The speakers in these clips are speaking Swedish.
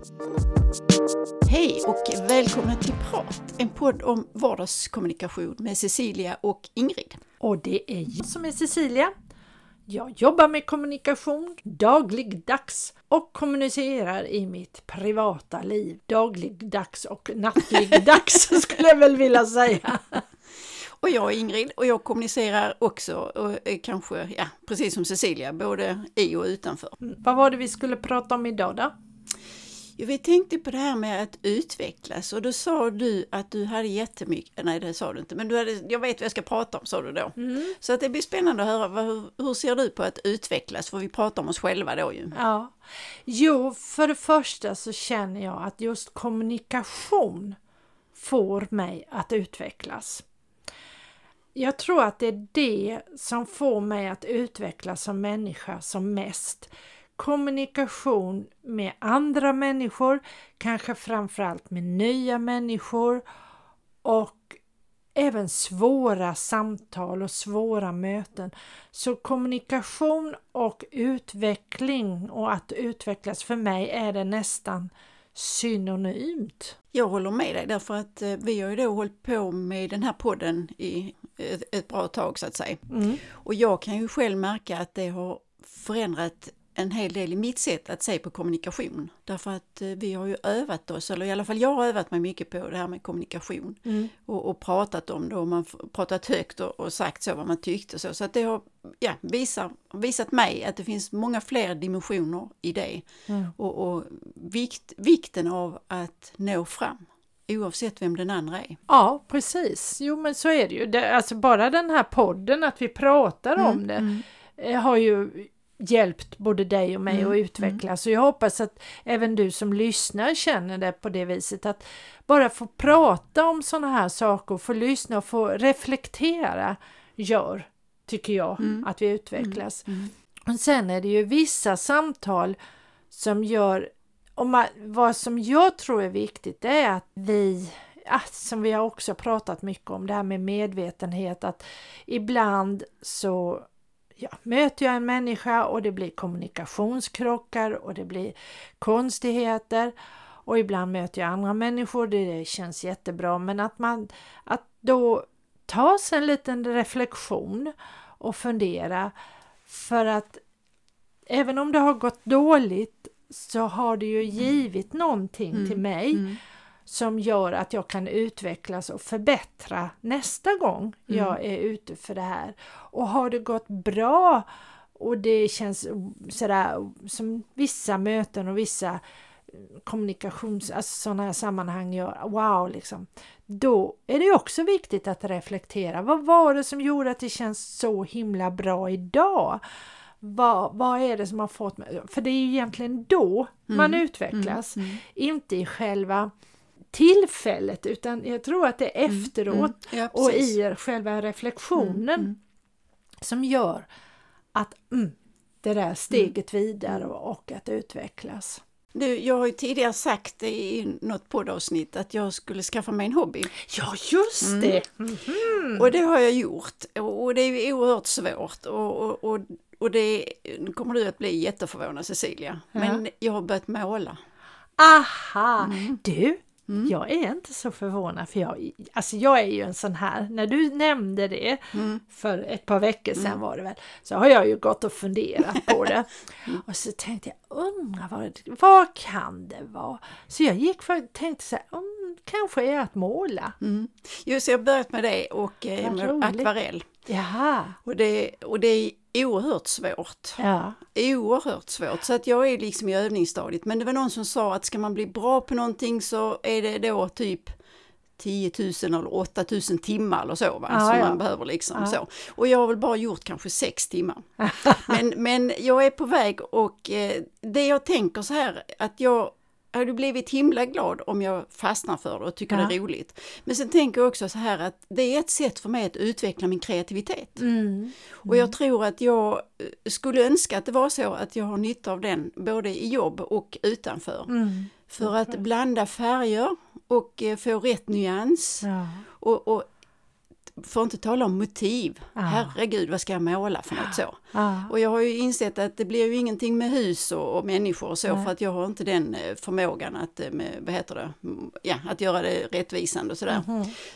Hej och välkomna till Prat, en podd om vardagskommunikation med Cecilia och Ingrid. Och det är jag som är Cecilia. Jag jobbar med kommunikation dagligdags och kommunicerar i mitt privata liv dagligdags och nattligdags skulle jag väl vilja säga. Och jag är Ingrid och jag kommunicerar också och kanske, precis som Cecilia, både i och utanför. Vad var det vi skulle prata om idag då? Jo, vi tänkte på det här med att utvecklas och då sa du att du hade jättemycket, nej det sa du inte, men jag vet vad jag ska prata om, sa du då. Så att det blir spännande att höra, hur ser du på att utvecklas, för vi pratar om oss själva då ju. Ja, jo för det första så känner jag att just kommunikation får mig att utvecklas. Jag tror att det är det som får mig att utvecklas som människa som mest. Kommunikation med andra människor, kanske framförallt med nya människor och även svåra samtal och svåra möten. Så kommunikation och utveckling och att utvecklas för mig är det nästan synonymt. Jag håller med dig därför att vi har ju då hållit på med den här podden i ett bra tag så att säga. Och jag kan ju själv märka att det har förändrat en hel del i mitt sätt att se på kommunikation. Därför att vi har ju övat oss, eller i alla fall jag har övat mig mycket på det här med kommunikation. Och pratat om det och man pratat högt och sagt så vad man tyckte. Så att det har visat mig att det finns många fler dimensioner i det. Och vikten av att nå fram. Oavsett vem den andra är. Ja, precis. Jo, men så är det ju. Alltså bara den här podden, att vi pratar om det, har ju hjälpt både dig och mig att utvecklas. Så jag hoppas att även du som lyssnar känner det på det viset. Att bara få prata om sådana här saker, få lyssna och få reflektera tycker jag, att vi utvecklas. Och sen är det ju vissa samtal som gör, vad som jag tror är viktigt, det är att vi, som vi har också pratat mycket om, det här med medvetenhet, att ibland så möter jag en människa och det blir kommunikationskrockar och det blir konstigheter, och ibland möter jag andra människor, det känns jättebra, men att då ta sig en liten reflektion och fundera, för att även om det har gått dåligt så har det ju givit någonting till mig som gör att jag kan utvecklas och förbättra nästa gång jag är ute för det här. Och har det gått bra och det känns sådär som vissa möten och vissa sådana här sammanhang gör, wow liksom. Då är det också viktigt att reflektera. Vad var det som gjorde att det känns så himla bra idag? Vad är det som har fått mig? För det är ju egentligen då man utvecklas. Inte i själva tillfället, utan jag tror att det är efteråt och i själva reflektionen som gör att det där steget vidare och att utvecklas. Jag har ju tidigare sagt i något poddavsnitt att jag skulle skaffa mig en hobby. Ja, just det! Och det har jag gjort. Och det är ju oerhört svårt. Och det kommer du att bli jätteförvånad, Cecilia. Men jag har börjat måla. Aha! Du, jag är inte så förvånad, för jag är ju en sån här, när du nämnde det för ett par veckor sedan var det väl, så har jag ju gått och funderat på det. Och så tänkte jag, undrar vad kan det vara? Så jag gick och tänkte så här, kanske är att måla. Just jag har börjat med det och med akvarell. Jaha. Och det är oerhört svårt. Ja. Oerhört svårt. Så att jag är liksom i övningsstadiet. Men det var någon som sa att ska man bli bra på någonting så är det då typ 10 000 eller 8 000 timmar eller så va? Som man behöver liksom så. Och jag har väl bara gjort kanske 6 timmar. men jag är på väg och det jag tänker så här att jag hade blivit himla glad om jag fastnar för det och tycker det är roligt. Men sen tänker jag också så här att det är ett sätt för mig att utveckla min kreativitet. Och jag tror att jag skulle önska att det var så att jag har nytta av den både i jobb och utanför. För att blanda färger och få rätt nyans och får inte tala om motiv. Herregud, vad ska jag måla för något så? Och jag har ju insett att det blir ju ingenting med hus och människor och så, för att jag har inte den förmågan att, att göra det rättvisande och sådär.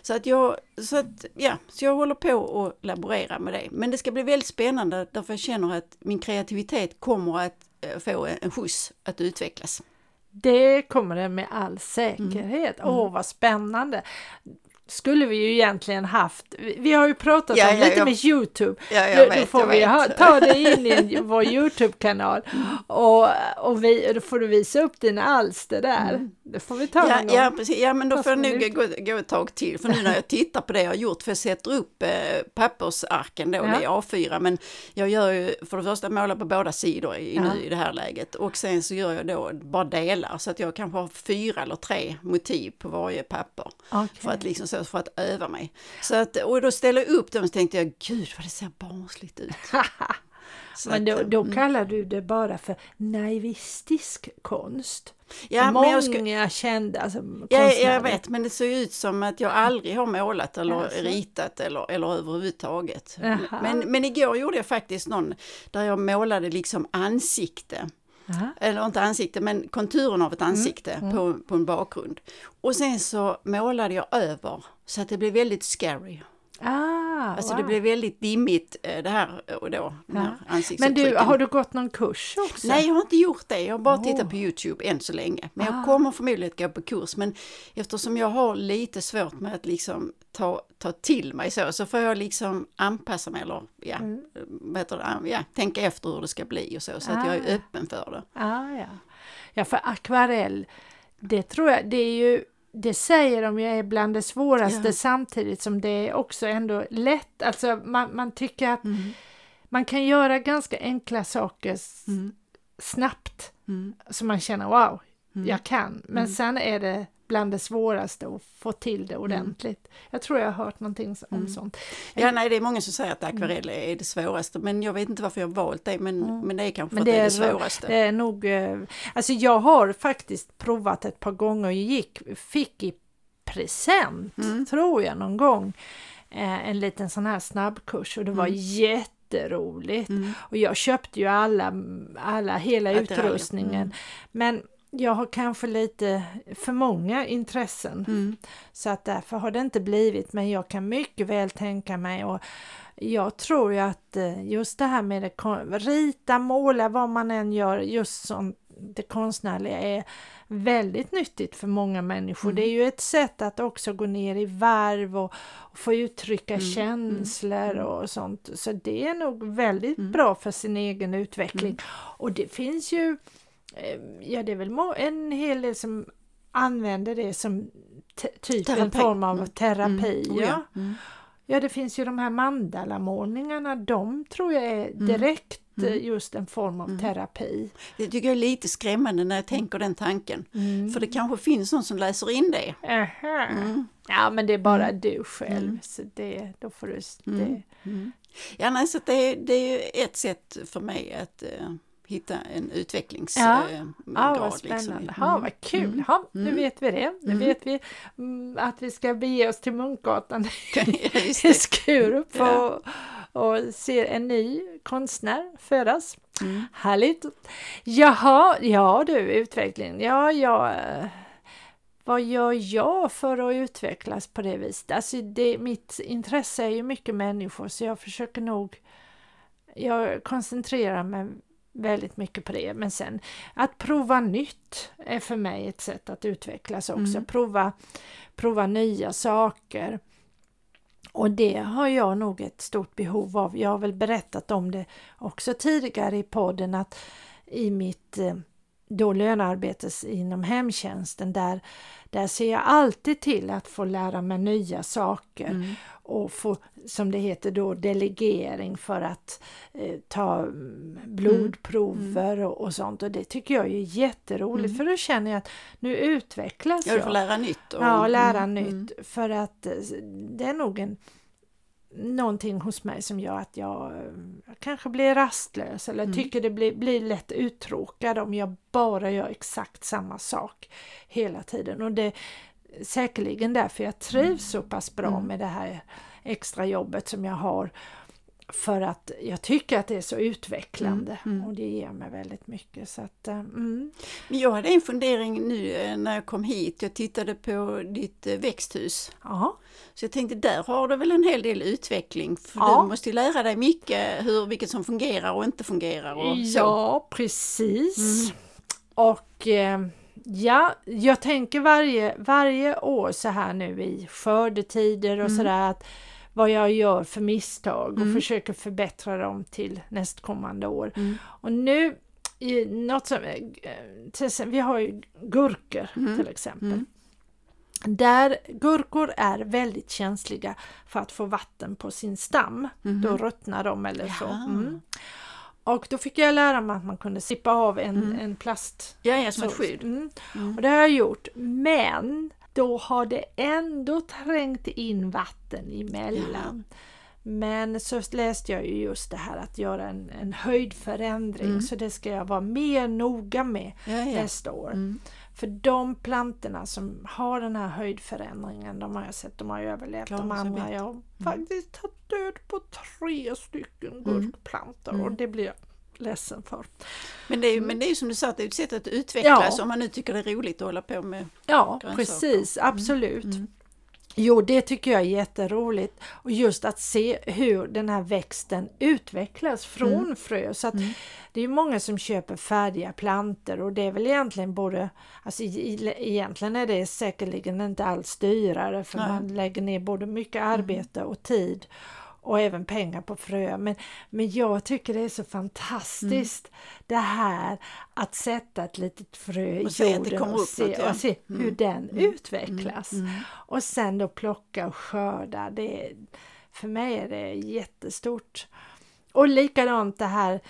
Så jag håller på och laborera med det. Men det ska bli väldigt spännande, därför jag känner att min kreativitet kommer att få en skjuts att utvecklas. Det kommer det med all säkerhet. Vad spännande. Skulle vi ju egentligen haft, vi har ju pratat om lite med YouTube, då får vi ta det in i vår YouTube-kanal och då får du visa upp dina alster där. Det får vi ta någon gång. Ja, precis. Ja, men då får jag nog gå ett tag till, för nu när jag tittar på det jag har gjort, för jag sätter upp pappersarken då, det är A4, men jag gör ju för det första målar på båda sidor nu i det här läget, och sen så gör jag då bara delar, så att jag kanske har 4 eller 3 motiv på varje papper, för att liksom för att öva mig. Så att, och då ställer jag upp dem och tänkte jag, gud vad det ser barnsligt ut. Men då kallar du det bara för naivistisk konst. Ja, många kända konstnärer. Jag vet, men det ser ut som att jag aldrig har målat eller ritat eller överhuvudtaget. Men igår gjorde jag faktiskt någon där jag målade liksom ansikte. Eller inte ansikte, men konturen av ett ansikte på en bakgrund. Och sen så målade jag över så att det blev väldigt scary. Alltså det blev väldigt dimmigt det här och då. Men har du gått någon kurs också? Nej, jag har inte gjort det. Jag har bara tittat på YouTube än så länge. Men jag kommer förmodligen att gå på kurs. Men eftersom jag har lite svårt med att liksom ta till mig så får jag liksom anpassa mig eller tänka efter hur det ska bli och så att jag är öppen för det. Ja, för akvarell, det tror jag, det är ju, det säger de ju är bland det svåraste, samtidigt som det är också ändå lätt. Alltså man tycker att man kan göra ganska enkla saker snabbt, så man känner wow, jag kan. Men sen är det bland det svåraste att få till det ordentligt. Jag tror jag har hört någonting om sånt. Ja, nej, det är många som säger att akvarell är det svåraste, men jag vet inte varför jag har valt det, men det är kanske för att det är det svåraste. Det är nog, alltså jag har faktiskt provat ett par gånger och fick i present, tror jag, någon gång en liten sån här snabbkurs, och det var jätteroligt. Och jag köpte ju hela utrustningen, men jag har kanske lite för många intressen, så att därför har det inte blivit, men jag kan mycket väl tänka mig, och jag tror ju att just det här med rita, måla, vad man än gör, just som det konstnärliga är väldigt nyttigt för många människor. Det är ju ett sätt att också gå ner i varv och få uttrycka känslor och sånt, så det är nog väldigt bra för sin egen utveckling. Och det finns ju det är väl en hel del som använder det som typ en form av terapi. Ja, det finns ju de här mandalamålningarna, de tror jag är direkt just en form av terapi. Det tycker jag är lite skrämmande när jag tänker den tanken. För det kanske finns någon som läser in det. Ja, men det är bara du själv. Så då får du det. Ja, nej, så det är ju ett sätt för mig att hitta en utvecklingsgrad. Vad spännande. Liksom. Vad kul. Nu vet vi det. Nu vet vi att vi ska bege oss till Munkgatan i Skurup och se en ny konstnär födas. Härligt. Jaha, utveckling. Vad gör jag för att utvecklas på det viset? Alltså mitt intresse är ju mycket människor, så jag koncentrerar mig väldigt mycket på det. Men sen att prova nytt är för mig ett sätt att utvecklas också. Prova nya saker. Och det har jag nog ett stort behov av. Jag har väl berättat om det också tidigare i podden, att i mitt lönearbete inom hemtjänsten, där ser jag alltid till att få lära mig nya saker och få, som det heter då, delegering för att ta blodprover och sånt, och det tycker jag är jätteroligt, för då känner jag att nu utvecklas jag. Jag får lära nytt. Lära nytt, för att det är nog någonting hos mig som gör att jag kanske blir rastlös eller tycker det blir lätt uttråkad om jag bara gör exakt samma sak hela tiden, och det är säkerligen därför jag trivs så pass bra med det här extra jobbet som jag har. För att jag tycker att det är så utvecklande och det ger mig väldigt mycket. Så att, Men jag hade en fundering nu när jag kom hit. Jag tittade på ditt växthus. Ja. Så jag tänkte, där har du väl en hel del utveckling. För du måste ju lära dig mycket vilket som fungerar och inte fungerar. Och så. Ja, precis. Och jag tänker varje år så här nu i skördetider och sådär att vad jag gör för misstag och försöker förbättra dem till nästkommande år. Och nu i något som vi har ju gurkor till exempel. Där gurkor är väldigt känsliga för att få vatten på sin stam. Då ruttnar de eller så. Och då fick jag lära mig att man kunde sippa av en plast. Ja, som ett skydd. Och det har jag gjort. Men då har det ändå trängt in vatten emellan. Men så läste jag ju just det här att göra en höjdförändring. Så det ska jag vara mer noga med nästa år. För de plantorna som har den här höjdförändringen, de har jag sett, de har överlevt. De andra, jag har faktiskt tagit död på 3 stycken gurkplantor och det blir jag ledsen för. Men det är ju som du sa, att det är ett sätt att utvecklas om man nu tycker det är roligt att hålla på med grönsaker. Precis, absolut. Jo, det tycker jag är jätteroligt. Och just att se hur den här växten utvecklas från frö. Så att det är många som köper färdiga plantor och det är väl egentligen både, alltså egentligen är det säkerligen inte alls dyrare för man lägger ner både mycket arbete och tid och även pengar på frö. Men jag tycker det är så fantastiskt det här att sätta ett litet frö i jorden och se hur den utvecklas. Och sen då plocka och skörda. För mig är det jättestort. Och likadant det här,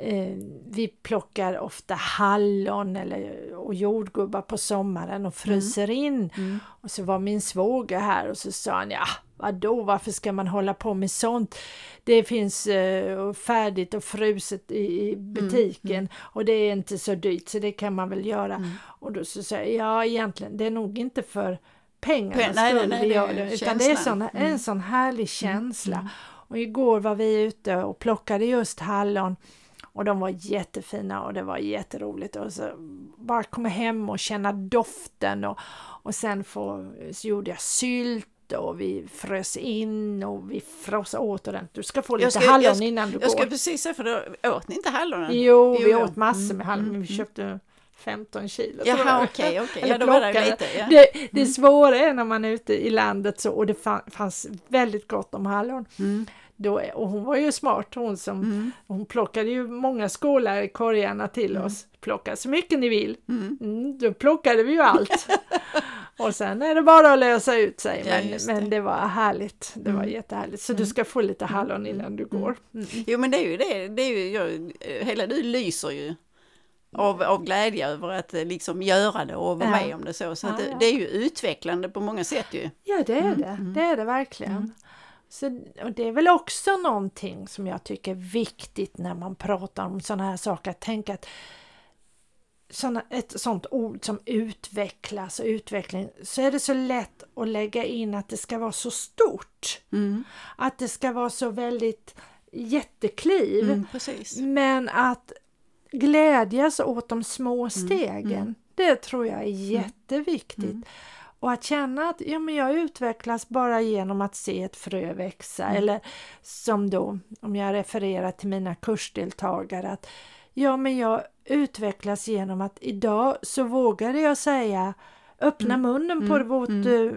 vi plockar ofta hallon och jordgubbar på sommaren och fryser in. Och så var min svåger här och så sa han, vadå, varför ska man hålla på med sånt? Det finns färdigt och fruset i butiken och det är inte så dyrt så det kan man väl göra. Och då så säger jag, egentligen, det är nog inte för pengarna skulle vi göra det, utan det är en sån härlig känsla. Och igår var vi ute och plockade just hallon och de var jättefina och det var jätteroligt. Och så bara komma hem och känna doften och sen så gjorde jag sylt och vi frös in och vi frös åt ordentligt. Du ska få lite hallon innan du går. Jag ska precis säga, för då åt ni inte hallonen? Jo, vi åt massor med hallon. Vi köpte 15 kilo. Jaha, okej. Ja, då var det lite. Ja. Det svåra är när man är ute i landet så, och det fanns väldigt gott om hallon. Och hon var ju smart, hon plockade ju många skålar i korgarna till oss. Plocka så mycket ni vill. Då plockade vi ju allt. Och sen är det bara att lösa ut sig. Men det var härligt. Det var jättehärligt. Så du ska få lite hallon innan du går. Jo, men det är ju det. Det är ju, hela du lyser ju av glädje över att liksom göra det och vara med om det så. Så att det är ju utvecklande på många sätt ju. Ja, det är det. Det är det verkligen. Så, och det är väl också någonting som jag tycker är viktigt när man pratar om sådana här saker. Att tänka att ett sånt ord som utvecklas och utveckling, så är det så lätt att lägga in att det ska vara så stort. Att det ska vara så väldigt jättekliv. Precis. Men att glädjas åt de små stegen, det tror jag är jätteviktigt. Och att känna att jag utvecklas bara genom att se ett frö växa. Eller som då, om jag refererar till mina kursdeltagare, att jag utvecklas genom att idag så vågade jag säga, öppna munnen på vårt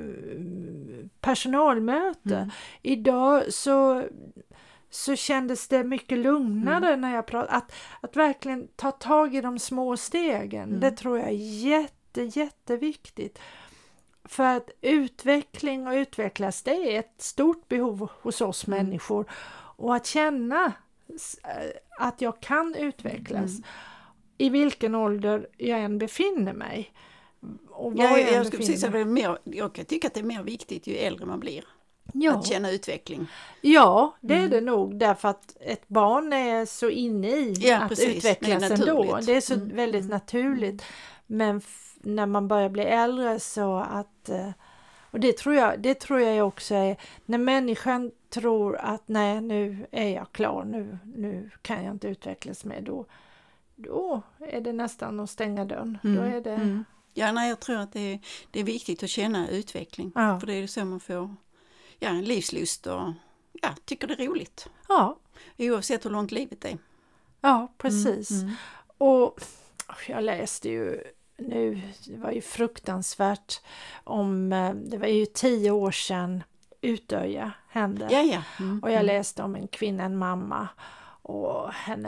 personalmöte. Idag så kändes det mycket lugnare när jag pratade. Att verkligen ta tag i de små stegen. Det tror jag är jätteviktigt. För att utveckling och utvecklas, det är ett stort behov hos oss människor. Och att känna att jag kan utvecklas i vilken ålder jag än befinner mig. Och jag tycker att det är mer viktigt ju äldre man blir. Att känna utveckling. Ja, det är det nog. Därför att ett barn är så inne i att utvecklas ändå. Det är så väldigt naturligt. Men när man börjar bli äldre så Och det tror jag också är när människan tror att nej, nu är jag klar, nu kan jag inte utvecklas mer, då är det nästan att stänga dörren. Då är det... Ja, jag tror att det är viktigt att känna utveckling. Ja. För det är så man får en livslust och tycker det är roligt. Ja. Oavsett hur långt livet är. Ja, precis. Och jag läste ju nu, det var ju fruktansvärt det var ju 10 år sedan Utöja hände. Ja. Och jag läste om en kvinna, en mamma och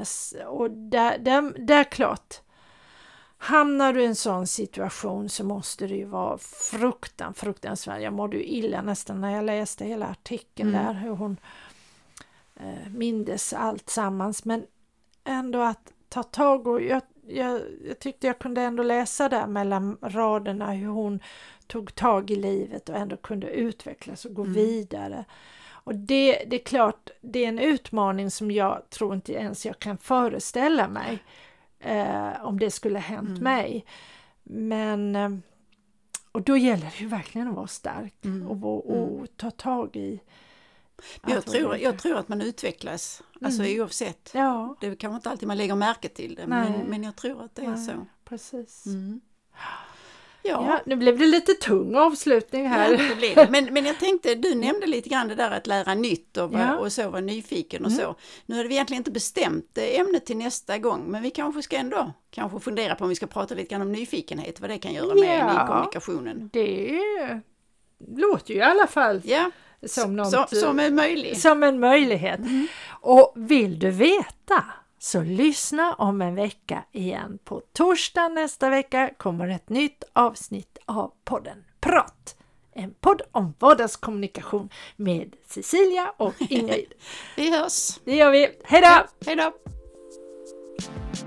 där klart, hamnar du i en sån situation så måste det ju vara fruktansvärt. Jag mådde ju illa nästan när jag läste hela artikeln där, hur hon mindes allt sammans, men ändå att ta tag och jag tyckte jag kunde ändå läsa där mellan raderna hur hon tog tag i livet och ändå kunde utvecklas och gå vidare. Och det är klart, det är en utmaning som jag tror inte ens jag kan föreställa mig om det skulle hänt mig. Men och då gäller det ju verkligen att vara stark och ta tag i. Jag tror att man utvecklas, alltså oavsett. Ja. Det kanske inte alltid man lägger märke till det, men jag tror att det är så. Precis. Ja, nu blev det lite tung avslutning här. Ja, det blev det. Men jag tänkte, du nämnde lite grann det där att lära nytt och så vara nyfiken och så. Nu hade vi egentligen inte bestämt ämnet till nästa gång, men vi kanske ska ändå fundera på om vi ska prata lite grann om nyfikenhet, vad det kan göra med i kommunikationen. Det låter ju i alla fall som en möjlighet. Som en möjlighet. Och vill du veta, så lyssna om en vecka igen. På torsdag nästa vecka kommer ett nytt avsnitt av podden Prat. En podd om vardagskommunikation med Cecilia och Ingrid. Vi hörs. Det gör vi. Hej då! Hej då!